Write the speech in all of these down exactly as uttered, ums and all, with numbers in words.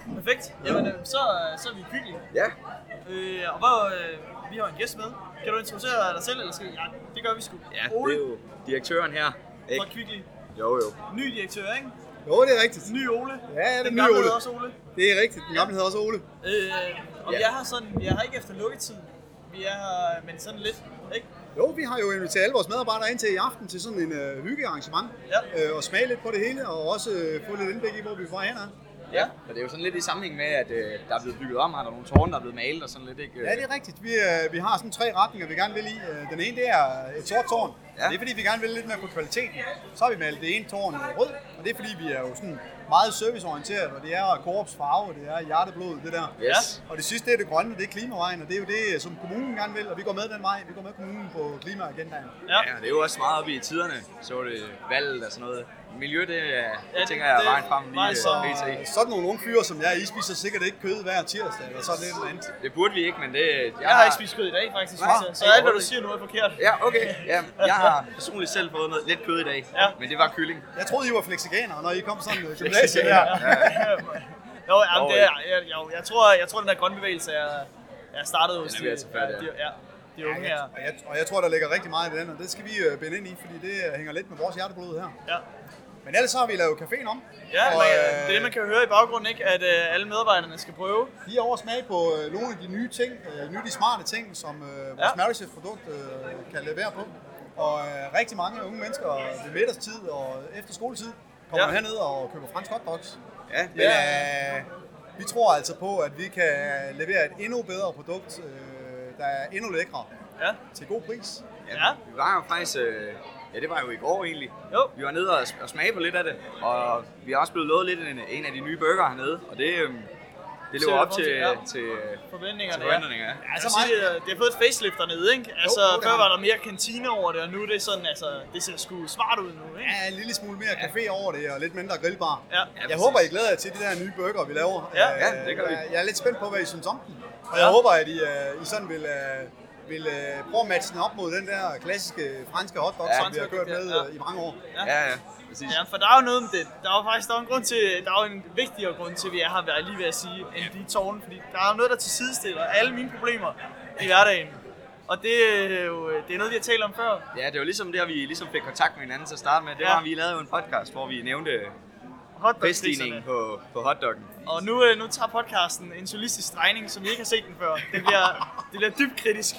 Perfekt. Jamen, så, så er vi hyggelige. Ja. Øh, og hvor, øh, vi har en gæst med. Kan du introducere dig selv, eller skal ja, det gør vi sgu. Ja, Ole det er jo direktøren her. fra Kvickly. Jo, jo. Ny direktør, ikke? Jo, det er rigtigt. Ny Ole. Ja, det er Den ny gamle Ole. hedder også Ole. Det er rigtigt. Den gamle hedder også Ole. Øh, og Ja. vi er her sådan, vi er her ikke efter lukketid. Vi er her, men sådan lidt, ikke? Jo, vi har jo inviteret alle vores medarbejdere ind til i aften til sådan en øh, hyggearrangement. Ja. Øh, og smage lidt på det hele, og også øh, få lidt indblik i, hvor vi er fra hen af. Ja, og det er jo sådan lidt i sammenhæng med, at øh, der er blevet bygget om her, der er nogle tårne, der er blevet malet og sådan lidt, ikke? Ja, det er rigtigt. Vi, øh, vi har sådan tre retninger, vi gerne vil i. Øh, Den ene, det er et sort tårn. Ja. Det er fordi, vi gerne vil lidt mere på kvaliteten. Så har vi malet det ene tårn rød, og det er fordi, vi er jo sådan meget serviceorienteret, og det er Coops farve, det er hjerteblod, det der. Yes. Og det sidste, det er det grønne, det er klimavejen, og det er jo det, som kommunen gerne vil, og vi går med den vej. Vi går med kommunen på klimaagendaen. Ja. Ja, det er jo også meget oppe i tiderne, så det valget og sådan noget. Miljø, det, er, Ja, det det- tænker jeg er det- vejen frem lige vejen så frem. P T. Sådan nogle unge fyre som jeg, I spiser sikkert ikke kød hver tirsdag, eller sådan lidt eller andet. Det burde vi ikke, men det... Jeg, Jeg har ikke spist kød i dag, faktisk. Nej, så- Så alt, hvad du siger nu er forkert. Ja, okay. Ja, jeg har personligt selv fået noget lidt kød i dag, Ja. men det var kylling. Jeg troede, I var flexiganere, når I kom sådan øh, gymnasiet her. Jo, jamen, det er, jeg, jo, jeg, tror, jeg tror, den der grønne bevægelse er, er startet hos Den er ved at tage fat, ja. de, ja, de unge her. Og jeg, og jeg tror, der ligger rigtig meget i den, og det skal vi øh, binde ind i, fordi det øh, hænger lidt med vores hjerteblod her. Ja, Men ellers så har vi lavet caféen om. ja og, man, øh, det er det, man kan høre i baggrunden, ikke? At øh, alle medarbejderne skal prøve. De er over smag på øh, nogle af de nye ting, øh, nye de smarte ting, som øh, vores Ja. ja. MaryChef-produkt øh, kan levere på. Og øh, rigtig mange unge mennesker ved middagstid og efter skoletid kommer Ja. ja. herned og køber fransk hotdogs. Ja, Men øh, vi tror altså på, at vi kan levere et endnu bedre produkt, øh, der er endnu lækre Ja, til god pris. ja. Vi var jo faktisk... Øh, ja, det var jo i går egentlig. Jo. Vi var nede og, og smage på lidt af det, og vi har også blevet lovet lidt en, en af de nye burger hernede, og det, øh, det lever op til, Ja. til, Forventningerne, til forventningerne. Ja. Ja, Altså altså, sige, det, det har fået et facelift dernede, ikke? Altså, jo, det før har var det. der mere kantine over det, og nu er det sådan, altså, det ser sgu smart ud nu, ikke? Ja, en lille smule mere café over det, og lidt mindre grillbar. Ja. Jeg håber, I glæder jer til de der nye burger, vi laver. Ja. Øh, Ja, det gør vi. Jeg, jeg er lidt spændt på, hvad I synes om den. Og Ja. jeg håber, at I, uh, I sådan vil, uh, vil uh, prøve at matche den op mod den der klassiske franske hotdog, Ja. som vi har kørt med Ja. uh, i mange år. Ja, ja, præcis. Ja, for der er jo noget med det. Der er jo faktisk der er en grund til, der er jo en vigtigere grund til, at vi er her, hvad jeg lige ved at sige, end de tårne. Fordi der er jo noget, der tilsidestiller alle mine problemer i hverdagen. Og det er jo det er noget, vi har talt om før. Ja, det var ligesom der, vi ligesom fik kontakt med hinanden til at starte med. Det Ja. var, at vi lavede jo en podcast, hvor vi nævnte prisstigningen Hotdog-priserne. på, på hotdoggen. Og nu, øh, nu tager podcasten en solistisk drejning, som I ikke har set den før. Det bliver, det bliver dybt kritisk.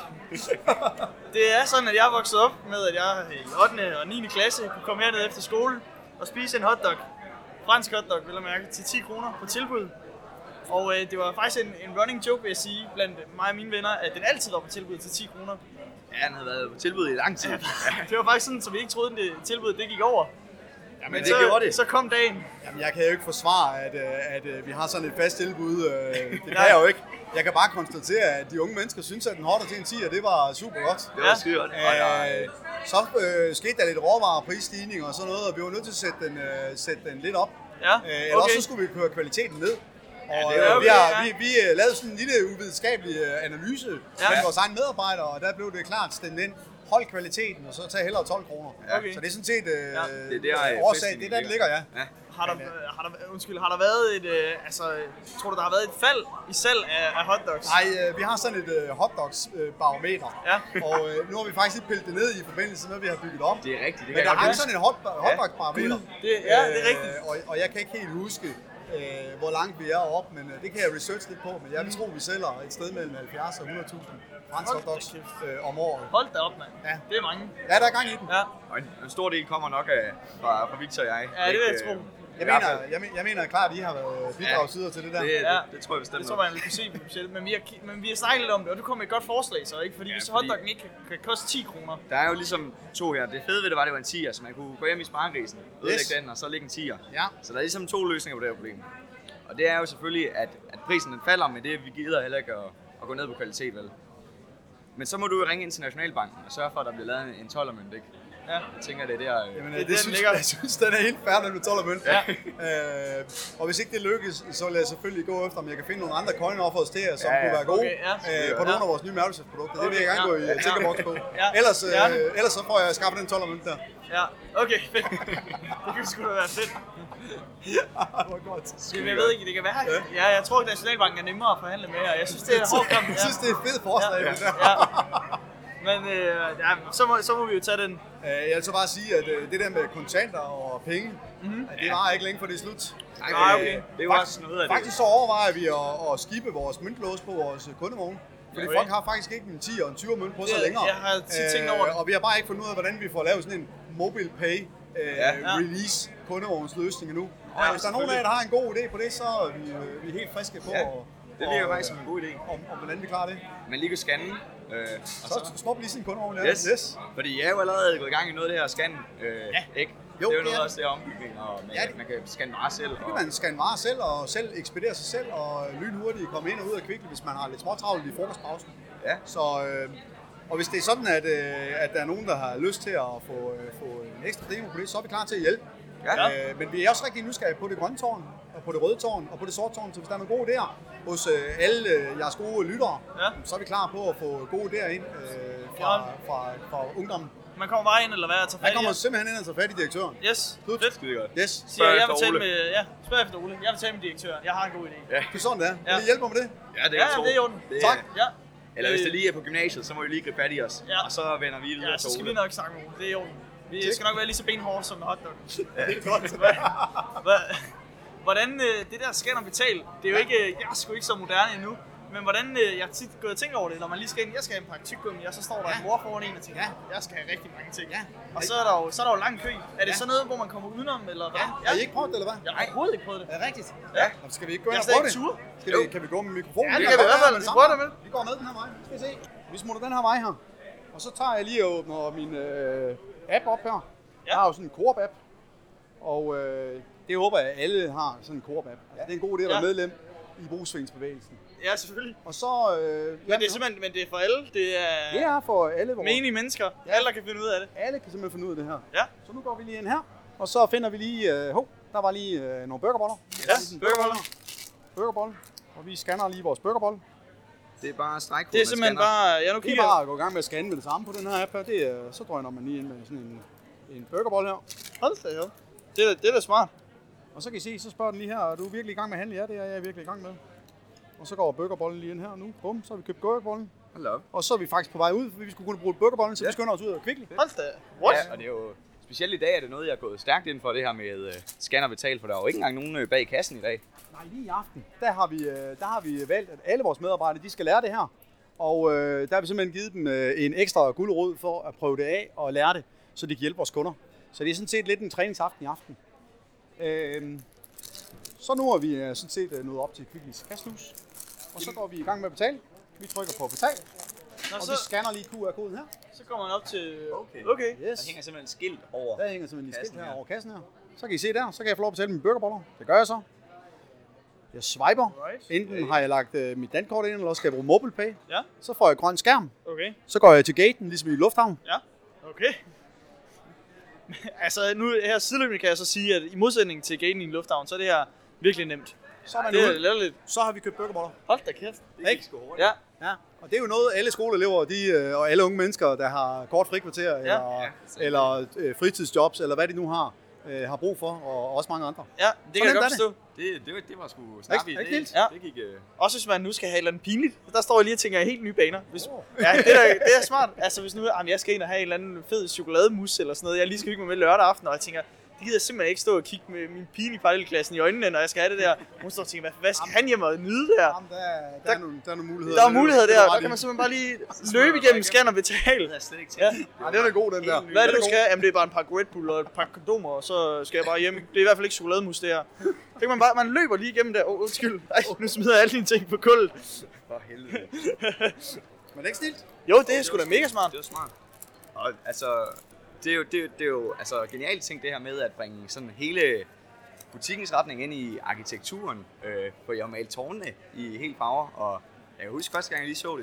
Det er sådan, at jeg er vokset op med, at jeg i ottende og niende klasse kunne komme herned efter skole og spise en hotdog. Fransk hotdog, vil jeg mærke, til ti kroner på tilbud. Og øh, det var faktisk en, en running joke, vil jeg sige, blandt mig og mine venner, at den altid var på tilbud til ti kroner. Ja, den havde været på tilbud i lang tid. Det var faktisk sådan, så vi ikke troede, at det tilbud det gik over. Ja, Men men det så, gjorde det. så kom dagen. Jamen, jeg kan jo ikke forsvare, at, uh, at uh, vi har sådan et fast tilbud. Uh, det kan Nej. jeg jo ikke. Jeg kan bare konstatere, at de unge mennesker synes, at den hotter til en ti, og det var super godt. Det var Ja. skide godt. Og der- Øh, så øh, skete der lidt råvarer- og prisstigning og sådan noget, og vi var nødt til at sætte den, øh, sætte den lidt op. Ja, Øh, eller også okay. så skulle vi køre kvaliteten ned. Og det er øh, okay, vi, har, ja. vi, vi øh, lavede sådan en lille uvidenskabelig øh, analyse Ja. med vores egne medarbejdere, og der blev det klart stemt ind. Hold kvaliteten, og så tag hellere tolv kroner. Okay. Så det er sådan set øh, Ja. Det er der, øh, årsag, festen det er der, det ligger, ja. Ja. Har der, har der, undskyld, har der været et, øh, altså, tror du, der har været et fald i salg af, af hotdogs? Nej, øh, vi har sådan et øh, hotdogs-barometer, Ja. og øh, nu har vi faktisk ikke pillet det ned i forbindelse med, at vi har bygget om. Det er rigtigt. Det Men kan der jeg har godt sådan en hot, hotdog-barometer. Det, ja, det er rigtigt. Øh, og, og jeg kan ikke helt huske, øh, hvor langt vi er op, men øh, det kan jeg researche lidt på. Men jeg vil tro, vi sælger et sted mellem halvfjerds og hundrede tusind fransk Hold da hotdogs kæft. øh, om året. Hold da op, mand. Ja. Det er mange. Ja, der er gang i den. Ja, Og en, en stor del kommer nok af, fra, fra Victor og jeg. ja det vil jeg Ikke, tro. øh, Jeg i hvert mener, fald. jeg, men- jeg mener klart, at I har været bidragsyder til det der. Det, Ja. det, det tror jeg bestemt. Det tror man vil kunne se på budgettet. Men vi har, ki- men vi har snakket lidt om det, og du kom med et godt forslag så, ikke? Fordi Ja, hvis fordi- hotdoggen ikke kan, kan koste ti kroner. Der er jo ligesom to her. Det fede ved det var, at det var en tier, så man kunne gå hjem i sparegrisen, ødelægge Yes. den, og så lægge en tier. Ja. Så der er ligesom to løsninger på det her problem. Og det er jo selvfølgelig, at, at prisen den falder, men det vi gider heller ikke at, at gå ned på kvalitet, vel? Men så må du jo ringe ind til Nationalbanken og sørge for, at der bliver lavet en toldermønt, ikke? Ja. Jeg tænker, det er der... Øh... Jamen, Det er det, den, det synes, ligger. jeg synes, den er helt fair, den med tolv og mønt. Ja. Øh, og hvis ikke det lykkes, så vil jeg selvfølgelig gå efter, om jeg kan finde nogle andre coin offers til jer, som Ja, ja. kunne være gode Okay, ja. øh, på Ja. nogle af vores nye Mærkelseskabsprodukter. Det vil jeg gerne Okay, gå i ja. ja. tænkeboks på. Ja. Ellers, øh, Gerne. ellers så får jeg skaffet den tolv og mønt der. Ja, okay, fedt. Det kan sgu da være fedt. Hvor godt. Det, jeg ved ikke, det kan være. Ja, jeg tror, at Nationalbanken er nemmere at forhandle med, og jeg synes, det er hårdt kamp. Jeg synes, det er et fedt forslag, Ja. det der. Ja. Men øh, ja, så, må, så må vi jo tage den. Øh, Jeg vil så bare sige, at øh, det der med kontanter og penge, mm-hmm. det var ikke længe for det er slut. Nej, Nej, okay. okay. Det er jo også noget af det. Faktisk så overvejer vi at, at skippe vores møntlås på vores kundevogne. Fordi Okay. folk har faktisk ikke en ti og en tyve mønt på sig Det- længere. jeg har tit tænkt over det. Og vi har bare ikke fundet ud af, hvordan vi får lavet sådan en mobile pay øh, Ja. release kundevognsløsning endnu. Ja, Hvis der er nogen af jer, der har en god idé på det, så er vi, øh, vi er helt friske på, Ja, og, det virker og, faktisk som en god idé. om, om hvordan vi klarer det. Man lige kan scanne. Øh, og Så snupper lige sin kundevogn. Ja. Yes. yes. Fordi jeg er jo allerede gået i gang i noget af det her scan. Øh, Ja. ikke? Jo, det er jo det noget er også det her ombygning, og man, Ja, ja, det- man kan scanne varer selv. Så Og, kan man scanne varer selv, og selv ekspedere sig selv, og lynhurtigt komme ind og ud af Kvickly, hvis man har lidt småtravlt i frokostpausen. ja. Så, øh, og hvis det er sådan, at, øh, at der er nogen, der har lyst til at få, øh, få en ekstra demo på det, så er vi klar til at hjælpe. Ja. Øh, men vi er også rigtig nysgerrige på det grønne tårn, og på det røde tårn, og på det sorte tårn, så hvis der er nogle gode idéer hos øh, alle øh, jeres gode lyttere, Ja. så er vi klar på at få gode idéer ind øh, fra, fra, fra ungdommen. Man kommer bare ind, eller hvad, og tager Han fat i kommer jer. simpelthen ind og tager fat i direktøren. Yes, Slut. fedt. Skide godt. Yes, Siger, Spørg jeg efter vil tale Ole. med, ja, spørg efter Ole. Jeg vil tale med direktøren. Jeg har en god idé. Ja. det er sådan, det er. Ja. Vil I hjælpe mig med det? Ja, det er Ja, to. det er i orden. Det Tak. Ja. Eller hvis Øh, det lige er på gymnasiet, så må vi lige gribe fat i os. Ja. Og så vender vi videre Ja, til så skal Ole. vi nok snakke med Ole. Det er i orden. Vi Check. skal nok være lige så benhårde som en hotdog. Det er godt. Hva- Hvordan øh, det der scan og betal, det er jo ikke, jeg er sgu ikke så moderne endnu, men hvordan, øh, jeg har tit gået og tænkt over det, når man lige skal ind, jeg skal have en pakke tyggegummi, og så står der en mor foran en og tænker, Ja. jeg skal have rigtig mange ting. Ja. Og så er der jo, så er der jo lang kø. Er det Ja. sådan noget, hvor man kommer udenom, eller hvad? Har I ikke prøvet det, eller hvad? Jeg har overhovedet ikke prøvet det. Er det rigtigt? Ja. Jamen, skal vi ikke gå Jeg ind er og prøve slet det? ikke tur. Skal vi, kan vi gå med mikrofonen? Ja, det kan kan vi i godt hvert fald. være Vi sammen. prøver det med. Vi går med den her vej. Skal vi se. Vi smutter den her vej her. Og så tager jeg lige og åbner min øh, app op her. Jeg har jo sådan en Coop-app. Og øh, det håber jeg, at alle har sådan en Coop-app. Altså, det er en god idé at være Ja. medlem i brugsvingsbevægelsen. Ja, selvfølgelig. Og så... Øh, Men det er simpelthen, men det er for alle. Det er Det er for alle vores... menige mennesker. Alle, der kan finde ud af det. Alle kan simpelthen finde ud af det her. Ja. Så nu går vi lige ind her. Og så finder vi lige... Øh, hov, der var lige øh, nogle burgerboller. Ja, Lige burgerboller. Burgerbolle. Og vi scanner lige vores burgerbolle. Det er bare stregkode, Det er simpelthen bare, jeg nu Det er kigger bare at gå i gang med at scanne med det samme på den her app her. Det er, så drøner man lige ind med sådan en, en burgerbolle her. Hold da, ja. Det er, det er da smart. Og så kan I se, så spørger den lige her, er du virkelig i gang med at handle? Ja, det er jeg virkelig i gang med. Og så går burgerbollen lige ind her nu. Bum, så har vi købt burgerbollen. Hold op. Og så er vi faktisk på vej ud, for vi skulle kunne bruge burgerbollen, så vi skynder os ud af Kvickly. Hold da. What? Ja, og det er jo... Specielt i dag er det noget, jeg er gået stærkt ind for, det her med uh, scan og betal, for der er jo ikke engang nogen øh, bag kassen i dag. Nej, lige i aften, der har vi, øh, der har vi valgt, at alle vores medarbejdere, de skal lære det her. Og øh, der har vi simpelthen givet dem øh, en ekstra gulerod for at prøve det af og lære det, så de kan hjælpe vores kunder. Så det er sådan set lidt en træningsaften i aften. Øh, så nu er vi øh, sådan set øh, nået op til Kvicklys kastelus. Og så går vi i gang med at betale. Vi trykker på betal, Nå, og så, vi scanner lige Q R-koden her. så går man op til... Okay. Okay. Der Yes. hænger simpelthen et skilt over. Der hænger simpelthen lige Kassen skilt her her. over kassen her. Så kan I se der, så kan jeg få lov at betale med burgerboller. Det gør jeg så. Jeg swiper. Right. Enten har jeg lagt øh, mit dankort ind, eller også skal jeg bruge MobilePay. Ja, Så får jeg grøn skærm. okay. Så går jeg til gaten, ligesom i lufthavn. Ja, okay. Altså, nu her sideløbende kan jeg så sige, at i modsætning til gaten i en lufthavn, så er det her virkelig nemt. Så er man Det er ude. latterligt. Så har vi købt burgerboller. Hold da kæft. Det gik sgu hurtigt. Ja, Ja. Og det er jo noget, alle skoleelever de, øh, og alle unge mennesker, der har kort frikvarter, eller, Ja. eller øh, fritidsjobs, eller hvad de nu har, øh, har brug for, og også mange andre. ja, det kan jeg nemt godt er det. forstå. Det, det, var, det var sgu snappy. Ikke- ikke Det, vildt? Ja. det gik... Øh... Også hvis man nu skal have et eller andet pinligt. Der står jeg lige og tænker i helt nye baner. Hvis, ja, det er, det er smart. Altså hvis nu jamen, jeg skal ind og have en eller anden fed chokolademus eller sådan noget, jeg lige skal hygge mig med lørdag aften, og jeg tænker, det gider jeg simpelthen ikke stå og kigge med min pige i parallelklassen i øjnene, når jeg skal have det der. Hun står og tænker, hvad, hvad skal han hjem og nyde der? Jamen, der, der, der, er nogle, der er nogle muligheder. Der er muligheder Det der, er der ret kan man i. simpelthen bare lige løbe igennem scan og betale. Det havde jeg slet ikke Ja. tænkt. Ja, den er god, den der. Hvad er det, du skal have? Jamen, det er bare en pakke Red Bull og et pakke kondomer, og så skal jeg bare hjem. Det er i hvert fald ikke chokolademus, det her. Det kan man bare, man løber lige igennem der. Åh, oh, undskyld. Ej, nu smider jeg alle dine ting på kullet. For helvede. Men det er ikke stilt. Jo, det er sgu da mega smart. Det var smart. Og altså, det er jo, det er, jo- det er jo altså, genialt ting det her med at bringe sådan hele butikkens retning ind i arkitekturen. Øh, for jeg har malet tårnene i helt farver, og jeg kan huske første gang jeg lige så det.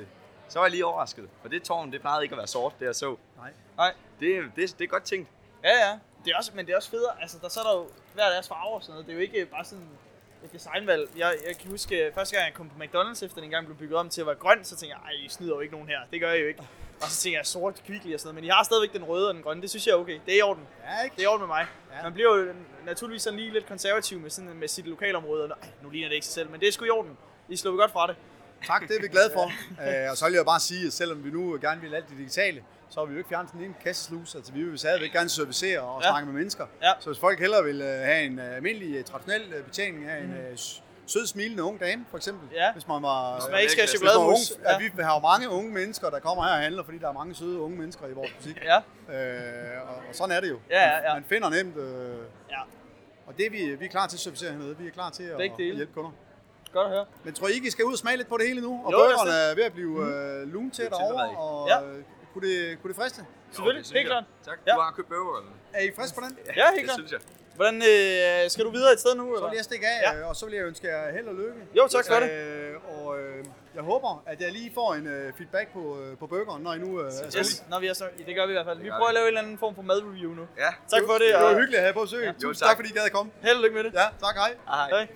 så var jeg lige overrasket. For det tårn, det plejede ikke at være sort, det jeg så. Nej. Nej. Det, det, det er godt tænkt. Ja, ja. Det er også, men det er også federe. Altså, der så er der jo hver deres farver og sådan noget. Det er jo ikke bare sådan et designvalg. Jeg, jeg kan huske, første gang jeg kom på McDonald's, efter den gang blev bygget om til at være grøn, så tænkte jeg, ej, I snyder jo ikke nogen her. Det gør jeg jo ikke. Og så tænker jeg, sort Kvickly og sådan noget. Men I har stadigvæk den røde og den grønne. Det synes jeg er okay. Det er i orden. Ja, ikke? Det er i orden med mig. Ja. Man bliver jo naturligvis sådan lige lidt konservativ med, sådan, med sit lokalområde. Ej, nu ligner det ikke sig selv, men det er sgu i orden. I slår godt fra det. Tak, det er vi glade for. Æ, og så vil jeg bare sige, at selvom vi nu gerne vil alt det digitale, så har vi jo ikke fjernet sådan en kasseslus. Altså, vi vil stadigvæk gerne servicere og Ja. snakke med mennesker. Ja. Så hvis folk hellere vil uh, have en uh, almindelig, uh, traditionel uh, betjening af en uh, sød, smilende ung dame, for eksempel. Ja. Hvis man var... Hvis man ikke skal have hvis man var chokolademus. ung, ja. Vi har jo mange unge mennesker, der kommer her og handler, fordi der er mange søde unge mennesker i vores butik. Ja. Øh, og, og sådan er det jo. Ja, ja, ja. Man finder nemt, øh, Ja. og det er vi, vi er klar til at servicere hernede. Vi er klar til at, Begge at dele. hjælpe kunder. Godt at høre. Men tror I ikke, I skal ud og smage lidt på det hele nu? Og Jo, lad os burgerne det. er ved at blive øh, lune til Det er derovre, tilberedt. og Ja. øh, kunne, det, kunne det friste? Selvfølgelig, helt klart. Tak. Ja. Du har købt bøger, eller? Er I friske på den? Ja, helt det klart. synes jeg. Hvordan øh, skal du videre et sted nu? Så Eller? vil jeg stikke af, Ja. ja. og så vil jeg ønske jer held og lykke. Jo, tak for det. Øh, og øh, jeg håber, at jeg lige får en øh, feedback på, øh, på burgeren, når I nu øh, er slut. Yes, når vi er så, det gør vi i hvert fald. Vi gør prøver vi. at lave en eller anden form for madreview nu. Ja. Tak for det. Det var og hyggeligt at have på besøg. Ja. Ja. Jo, Tusind tak. tak, fordi I gad at komme. Held og lykke med det. Ja, tak, hej. Hej. Hej.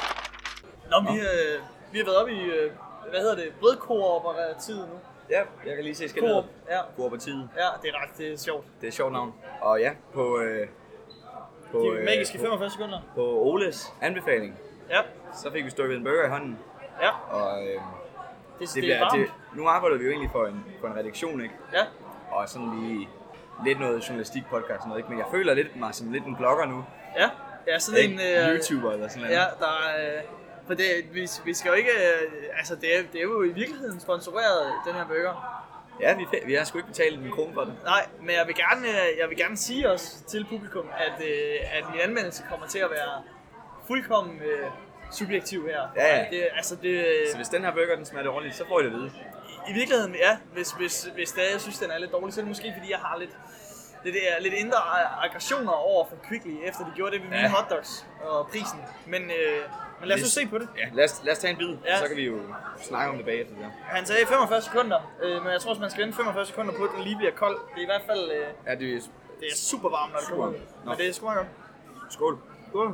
Nå, vi, øh, vi har været oppe i, øh, hvad hedder det, brødkooperativet nu. Ja, jeg kan lige se Coop, skiltet. ja. Kooperativet. Ja, det er ret det er sjovt. Det er et sjovt navn. Og ja, på, øh, på, De magiske på, femogfyrre sekunder. på Oles anbefaling, Ja, så fik vi stukket en burger i hånden. ja. Og øh, Det, det det, bliver, er varmt. det, nu arbejder vi jo egentlig for en, for en redaktion, ikke? Ja, Og sådan lige lidt noget journalistik podcast og noget, ikke? Men jeg føler lidt mig som lidt en blogger nu. ja. Ja, sådan en... Ikke? Øh, YouTuber eller sådan noget. Ja, der er... Øh, for det, vi, vi skal jo ikke... Øh, altså, det er, det er jo i virkeligheden sponsoreret, den her burger. Ja, vi, vi har sgu ikke betalt en krone for det. Nej, men jeg vil gerne, øh, jeg vil gerne sige også til publikum, at, øh, at min anmeldelse kommer til at være fuldkommen øh, subjektiv her. Ja, ja. Det, altså, det, Så hvis den her burger, den smager dårligt, så får I det at vide. I virkeligheden, ja. Hvis, hvis, hvis det er, jeg synes, den er lidt dårlig, så er det måske, fordi jeg har lidt, lidt, øh, lidt indre aggressioner over for Kvickly, efter de gjorde det ved mine Ja. hotdogs og prisen. Men, øh, men lad os nu se på det. Ja, lad os, lad os tage en bid, Ja. så kan vi jo snakke om det bagefter. Der. Han sagde femogfyrre sekunder, øh, men jeg tror også, man skal vente femogfyrre sekunder på, at den lige bliver kold. Det er i hvert fald øh, Ja, det er det er super varmt, når det kommer ud. Nå. Men det er sgu meget godt. skål. Skål.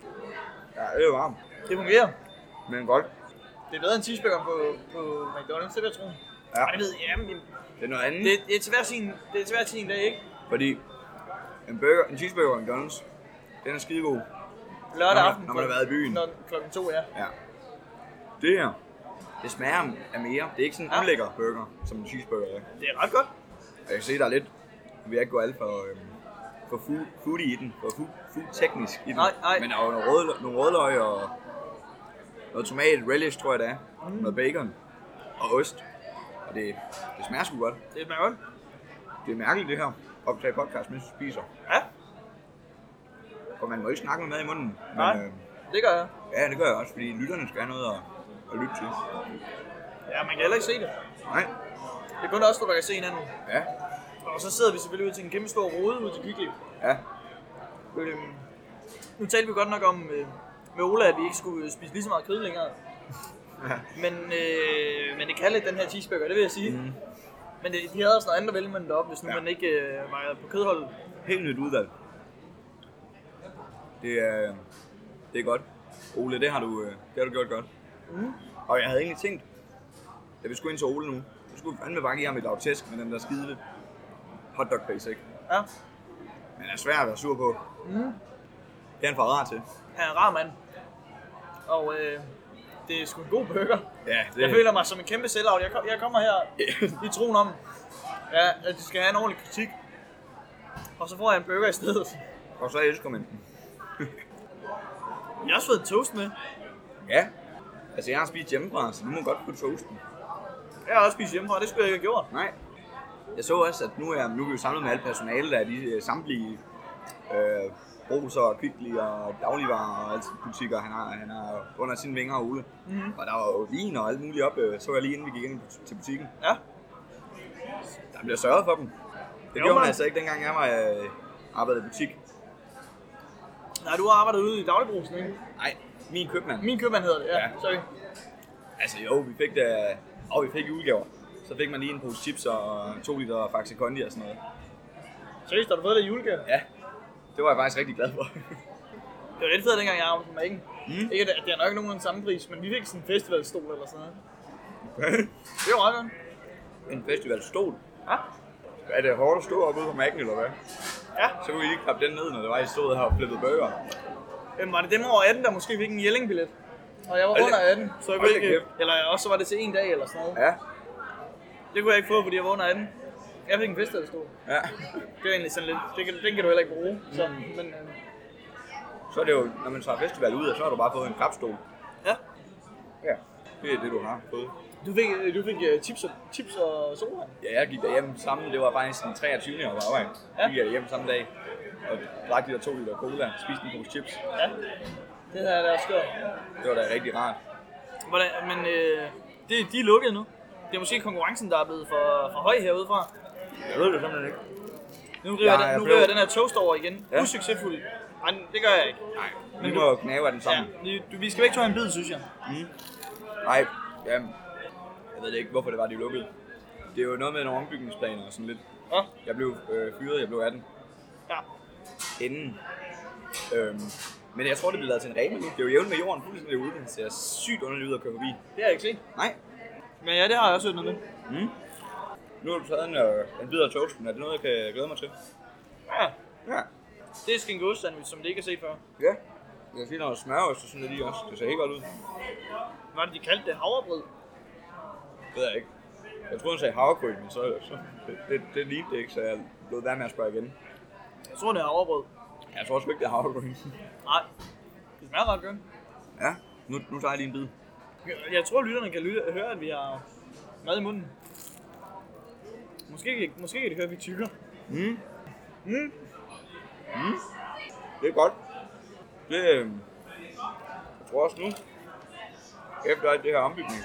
Ja, det er jo varmt, Det fungerer. men godt. Det er bedre end cheeseburger på, på McDonald's, det vil jeg tro. Ja. Og det ved jeg, men Det er noget andet, det, det er til hver sin, det er til hver sin dag, ikke? fordi en, burger, en cheeseburger og en McDonald's, den er skidegod. Lørdag Når man- aften. når man har været i byen. Når klokken to, ja. Ja. Det her, det smager af mere. Det er ikke sådan en Ja. ulækker burger, som en cheeseburger er. Det er ret godt. Jeg kan se, der er lidt, vi vil ikke gå alt for, øhm, for food, foodie i den, for food, food teknisk i den. Nej, nej. Men der er jo noget rød, nogle rødløg og noget tomat, relish tror jeg det er, mm. noget bacon og ost. Og det, det smager sgu godt. Det smager godt. Det er mærkeligt det her, at optage podcast, mens du spiser. Ja, For man må ikke snakke med mad i munden. Nej. Men, øh, det gør jeg. ja, det gør jeg også, fordi lytterne skal have noget at, at lytte til. Ja, man kan heller ikke se det. Nej. Det er kun os, der kan se hinanden. Ja. Og så sidder vi selvfølgelig ud til en kæmpe stor rode ud til Kvickly. Ja. Øhm, nu talte vi godt nok om øh, med Ola, at vi ikke skulle spise lige så meget kød længere. Men, øh, men det kan lidt den her cheeseburger, det vil jeg sige. Mm. Men det, de havde også noget andet at vælge med den deroppe, hvis nu Ja. man ikke øh, var på kødholdet. Helt nyt udvalg. Det er, det er godt. Ole, det har du, øh, det har du gjort godt. Mm. Og jeg havde egentlig tænkt, at vi skulle ind til Ole nu. Vi skulle fandme bare give ham et lavtæsk med den der skide hotdog face, ikke? Ja. Men det er svært at være sur på. Mm. Det er han for rar til. Han er en rar mand. Og øh, det er sgu en god burger. Ja, det Jeg føler mig som en kæmpe sellout. Jeg, kom, jeg kommer her i troen om, ja, at de skal have en ordentlig kritik. Og så får jeg en burger i stedet. Og så elsker man den. Jeg har også fået en toast med. Ja. Altså, jeg har spist hjemmefra, så du må godt på toasten. Jeg har også spist hjemmefra, det skulle jeg ikke have gjort. Nej. Jeg så også, at nu er, nu er vi jo samlet med alt personale, der er de øh, samtlige øh, Roser og Kvickly og dagligvarer og alle butikker, han har, han har under sine vinger og Ole. Mm-hmm. Og der var jo vin og alt muligt op, øh, så jeg lige inden vi gik ind til butikken. Ja. Der bliver sørget for dem. Det Jo, gjorde man man. altså ikke, dengang jeg var øh, arbejdede i butik. Nej, du har arbejdet ude i dagligbrusen, ikke? Nej, min købmand. Min købmand hedder det, ja. Ja. Sorry. Altså jo, vi fik da, og vi fik julegaver. Så fik man lige en pose chips og to liter Faxe Kondi og sådan noget. Seriøst, har du fået det i julegave? Ja, det var jeg faktisk rigtig glad for. Det var lidt fedt, dengang jeg arbejdede på Mac'en. Mm. Ikke, at det er nok nogenlunde samme pris, men vi fik sådan en festivalstol eller sådan noget. Okay. Det var ret godt. En festivalstol? Ja. Er det hårdt at stå oppe ude på Mac'en, eller hvad? Ja. Så kunne I lige klappe den ned, når det var, I stod her og flippede burger. Jamen, var det dem over atten, der måske fik en Jelling-billet? Og jeg var Hold under da- atten, så jeg hold kunne da ikke... kæft. Eller også var det til en dag eller sådan noget. Ja. Det kunne jeg ikke få, fordi jeg var under atten. Jeg fik en festivalstol. Ja. Det er egentlig sådan lidt... Det kan, den kan du heller ikke bruge. Så, men, øh, Så er det jo, når man tager festival ud, så har du bare fået en klapstol. ja. Ja. Det er det, du har fået. Du fik, du fik uh, chips, og, chips og soda. Ja, jeg gik derhjem sammen. Det var faktisk den treogtyvende jeg var på arbejde. Ja. Ja. Gik jeg hjem samme dag. Og drak de der to liter cola. Spiste en pose chips. Ja. Det her er også skørt. Det var da rigtig rart. Hvordan, men øh, det, de er lukket nu. Det er måske konkurrencen, der er blevet for, for høj herudefra. Jeg ved det simpelthen ikke. Nu river, Ja, den, nu jeg blev- river den her toast over igen. Ja. Usuccesfuldt. Nej, det gør jeg ikke. Nej, Men vi du- må knæve af den Ja, sammen. vi, du, vi skal ikke tage en bid, synes jeg. Nej, jamen, jeg ved ikke, hvorfor det var, de lukkede. Det er jo noget med nogle ombygningsplaner og sådan lidt. Ja. Jeg blev øh, fyret, jeg blev atten. Ja. Inden. Øhm, men jeg tror, det bliver lavet til en Rema nu. Det er jo jævnt med jorden fuldstændig ude. Det ser sygt underligt ud at køre forbi. Det har jeg ikke set. Nej. Men ja, det har jeg også hørt noget med. Mm. Nu har du taget en, øh, en bid af toasten. Er det noget, jeg kan glæde mig til? Ja. Ja. Det er skinke sandwich, som det ikke har set før. Ja. Jeg kan sige noget smørost og sådan lidt i også. Det ser helt godt ud. Hvad det, de kaldte det? Havrebrød? Det ved jeg ikke. Jeg troede, han sagde havregryn, men så, så det, det, det lignede det ikke, så jeg blev værd med at spørge igen. Jeg tror, det er havrebrød. Jeg tror sgu ikke, det er havregryn. Nej. Det smager ret godt. Ja, nu, nu tager jeg lige en bid. Jeg, jeg tror, lytterne kan lytte, høre, at vi har mad i munden. Måske, måske kan de høre, at vi tykker. Mm. Mm. Mm. Det er godt. Det, øh, jeg tror også nu, efter alt det her ombygning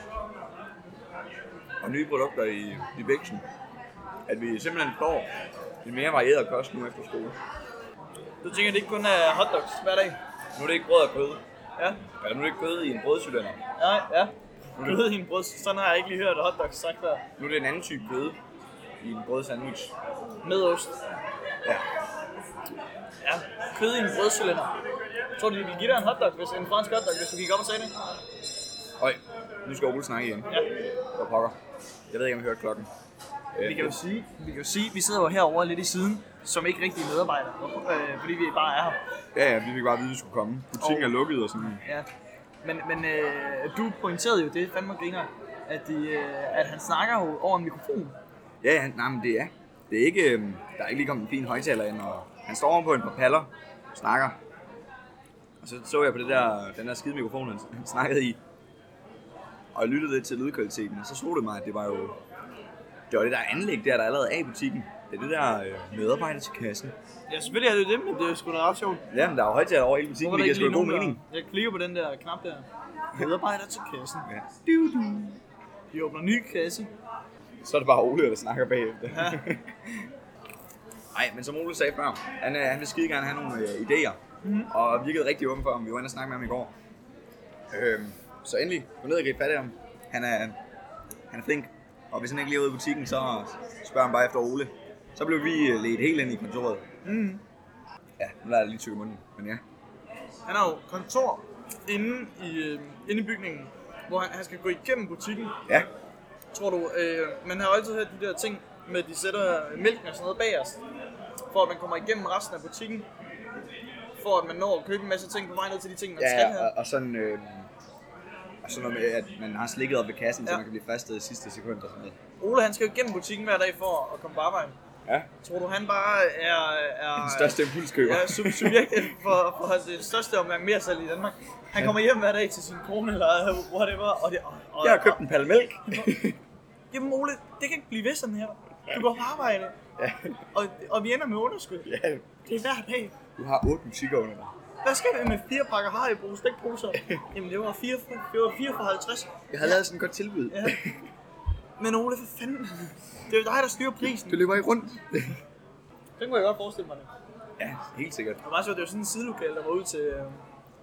og nye produkter i, i væksten, at vi simpelthen får en mere varieret kost nu efter skole. Du tænker, det ikke kun er hotdogs hver dag? Nu er det ikke brød og kød. Ja. Ja, nu er det ikke kød i en brødcylinder. Nej, ja. Kød i en brød. Sådan har jeg ikke lige hørt hotdogs sagt før. Nu er det en anden type kød i en brødsandwich. Med ost. Ja. Ja. Kød i en brødcylinder. Tror du, de ville give dig en hotdog, hvis, en fransk hotdog, hvis du gik op og sagde det? Høj, nu skal Ole snakke igen. Ja. Hvor pokker. Jeg ved ikke, om I hørte klokken. Vi kan jo sige, vi kan jo sige, vi sidder jo herovre lidt i siden, som ikke rigtige medarbejdere, øh, fordi vi bare er her. Ja, ja, vi fik bare at vide, at vi skulle komme. Butikken Og- er lukket og sådan. Ja. Men, men øh, du pointerede jo, det er fandme griner, at, de, øh, at han snakker jo over en mikrofon. Ja, ja, nej, men det er. Det er ikke, øh, der er ikke lige kommet en fin højtaler ind, og han står oven på en par paller og snakker. Og så så jeg på det der, den der skide mikrofon, han, han snakkede i. Og jeg lyttede lidt til lydkvaliteten, og så slog det mig, at det var jo det, var det der anlæg der, der allerede er i butikken. Det er det der øh, medarbejder til kassen. Ja, selvfølgelig er det det, men det er sgu da ret sjovt. Ja, men der er jo højtaler over hele butikken, Hvorfor det er der giver ikke sgu da lige god nogen, mening. der... Jeg klikker på den der knap der. Medarbejder til kassen. Ja. Du, du. De åbner ny kasse. Så er det bare Ole, der snakker bagefter. Ja. Nej, men som Ole sagde før, han, øh, han vil skide gerne have nogle øh, idéer. Mm-hmm. Og virkede rigtig åben for ham. Vi var inde og snakke med ham i går. Øhm, så endelig, gå ned og gribe fat i ham. Han er, han er flink. Og hvis han ikke lige er ude i butikken, så spørger han bare efter Ole. Så blev vi øh, ledt helt ind i kontoret. Mm. Ja, nu lader jeg lige tykke i munden, men ja. Han har jo kontor inde i, øh, inde i bygningen, hvor han, han skal gå igennem butikken. Ja, Tror du, øh, man har jo altid hørt de der ting med, at de sætter mælken og sådan noget bag os, for at man kommer igennem resten af butikken, for at man når at købe en masse ting på vej ned til de ting, man skal ja have. og, og sådan... Øh, og sådan noget med, at man har slikket op ved kassen, ja. Så Ja. man kan blive fristet i sidste sekund og sådan noget. Ole, han skal jo igennem butikken hver dag for at komme på arbejde. Ja, Tror du, han bare er, er den største impulskøber. ja, sub- subjektet for, for det største omgang mere salg i Danmark? Han kommer hjem hver dag til sin kone eller whatever, og det... Og, og, Jeg har købt en palle mælk. Jamen Ole, det kan ikke blive ved sådan her. Du går på arbejde, Ja. og, og vi ender med underskud. Ja, Det er hver dag. du har otte butikker under dig. Hvad skal vi med fire pakker Haribo stikposer? Jamen det var fire for, det var fire for halvtreds. Jeg havde lavet sådan et godt tilbud. Ja. Men Ole, for fanden. Det er jo dig, der styrer prisen. Du løber ikke rundt. Det kunne jeg godt forestille mig det. Ja, helt sikkert. Det var, meget sjovt, det var sådan en sidelokale, der var ud til, øh,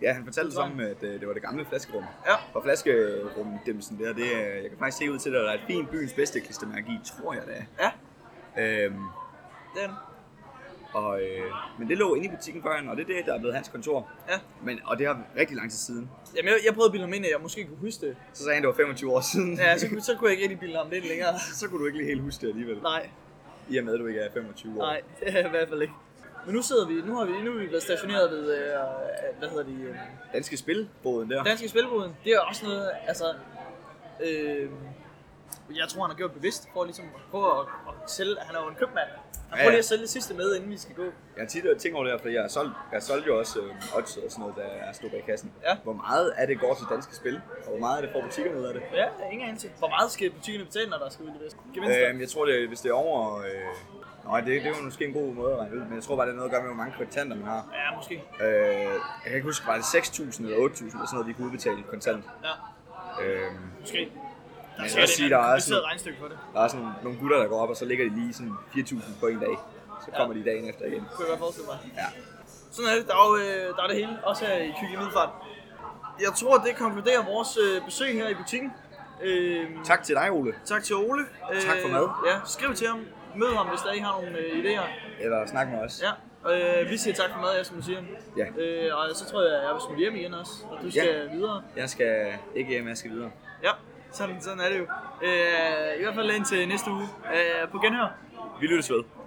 Ja, han fortalte os om, at øh, det var det gamle flaskerum. Ja. Og flaskerumdæmsen der, det er, jeg kan faktisk se ud til, at der er et fint byens bedste klistermærke i, tror jeg det er. Ja, Øhm, den. og, øh, men det lå inde i butikken førhen, og det er det, der er blevet hans kontor. Ja. Men, og det er rigtig lang tid siden. Jamen, jeg, jeg prøvede at bilde ham ind, at jeg måske kunne huske det. Så sagde han, det var femogtyve år siden. Ja, så, så kunne jeg ikke rigtig bilde ham lidt længere. Så kunne du ikke lige helt huske det alligevel. Nej, I og med, at du ikke er femogtyve år. nej, det er i hvert fald ikke. Men nu sidder vi, nu har vi, nu er vi været stationeret ved, øh, hvad hedder de, øh, Danske Spilboden der. Danske Spilboden. Det er også noget, altså, øh, jeg tror, han har gjort bevidst for ligesom at prøve at, at sælge, han er jo en købmand. Han prøver Ja, ja. lige at sælge det sidste med, inden vi skal gå. Jeg har tit tænkt over det her, fordi jeg har solgt, jeg solgte jo også øh, odds og sådan noget, da jeg stod bag kassen. Ja. Hvor meget af det går til Danske Spil, og hvor meget af det får butikkerne ud af det? Ja, ingen anelse. Hvor meget skal butikkerne betale, når der skal udleveres gevinster? Øhm, jeg tror, det, hvis det er over... Øh, nej, det, det er jo måske en god måde at regne ud, men jeg tror bare, det er noget at gøre med, hvor mange kontanter man har. Ja, måske. Øh, jeg kan ikke huske, var det seks tusind eller otte tusind eller sådan noget, vi kunne udbetale kontant. Ja, Øhm, måske. men jeg Så vil også sige, der er, et sådan, regnestykke for det. der er sådan nogle gutter, der går op, og så ligger de lige sådan fire tusind på en dag. Så kommer Ja. de dagen efter igen. Det kunne jeg godt forestille mig. Ja. Sådan er det. Der er, jo, øh, der er det hele, også her i Kygge Middelfart. Jeg tror, det konkluderer vores øh, besøg her i butikken. Øh, Tak til dig, Ole. tak til Ole. Øh, Tak for mad. Ja, skriv til ham. Mød ham, hvis der I har nogle øh, idéer. Eller snak med os. Ja. Øh, vi siger tak for mad, jeg som du siger. Ja. Øh, og så tror jeg, at jeg vil smutte hjem igen også. Og du skal Ja. videre. Jeg skal ikke hjem, jeg skal videre. Ja, sådan, sådan er det jo. Øh, I hvert fald indtil næste uge. Øh, på genhør. Vi lyttes ved.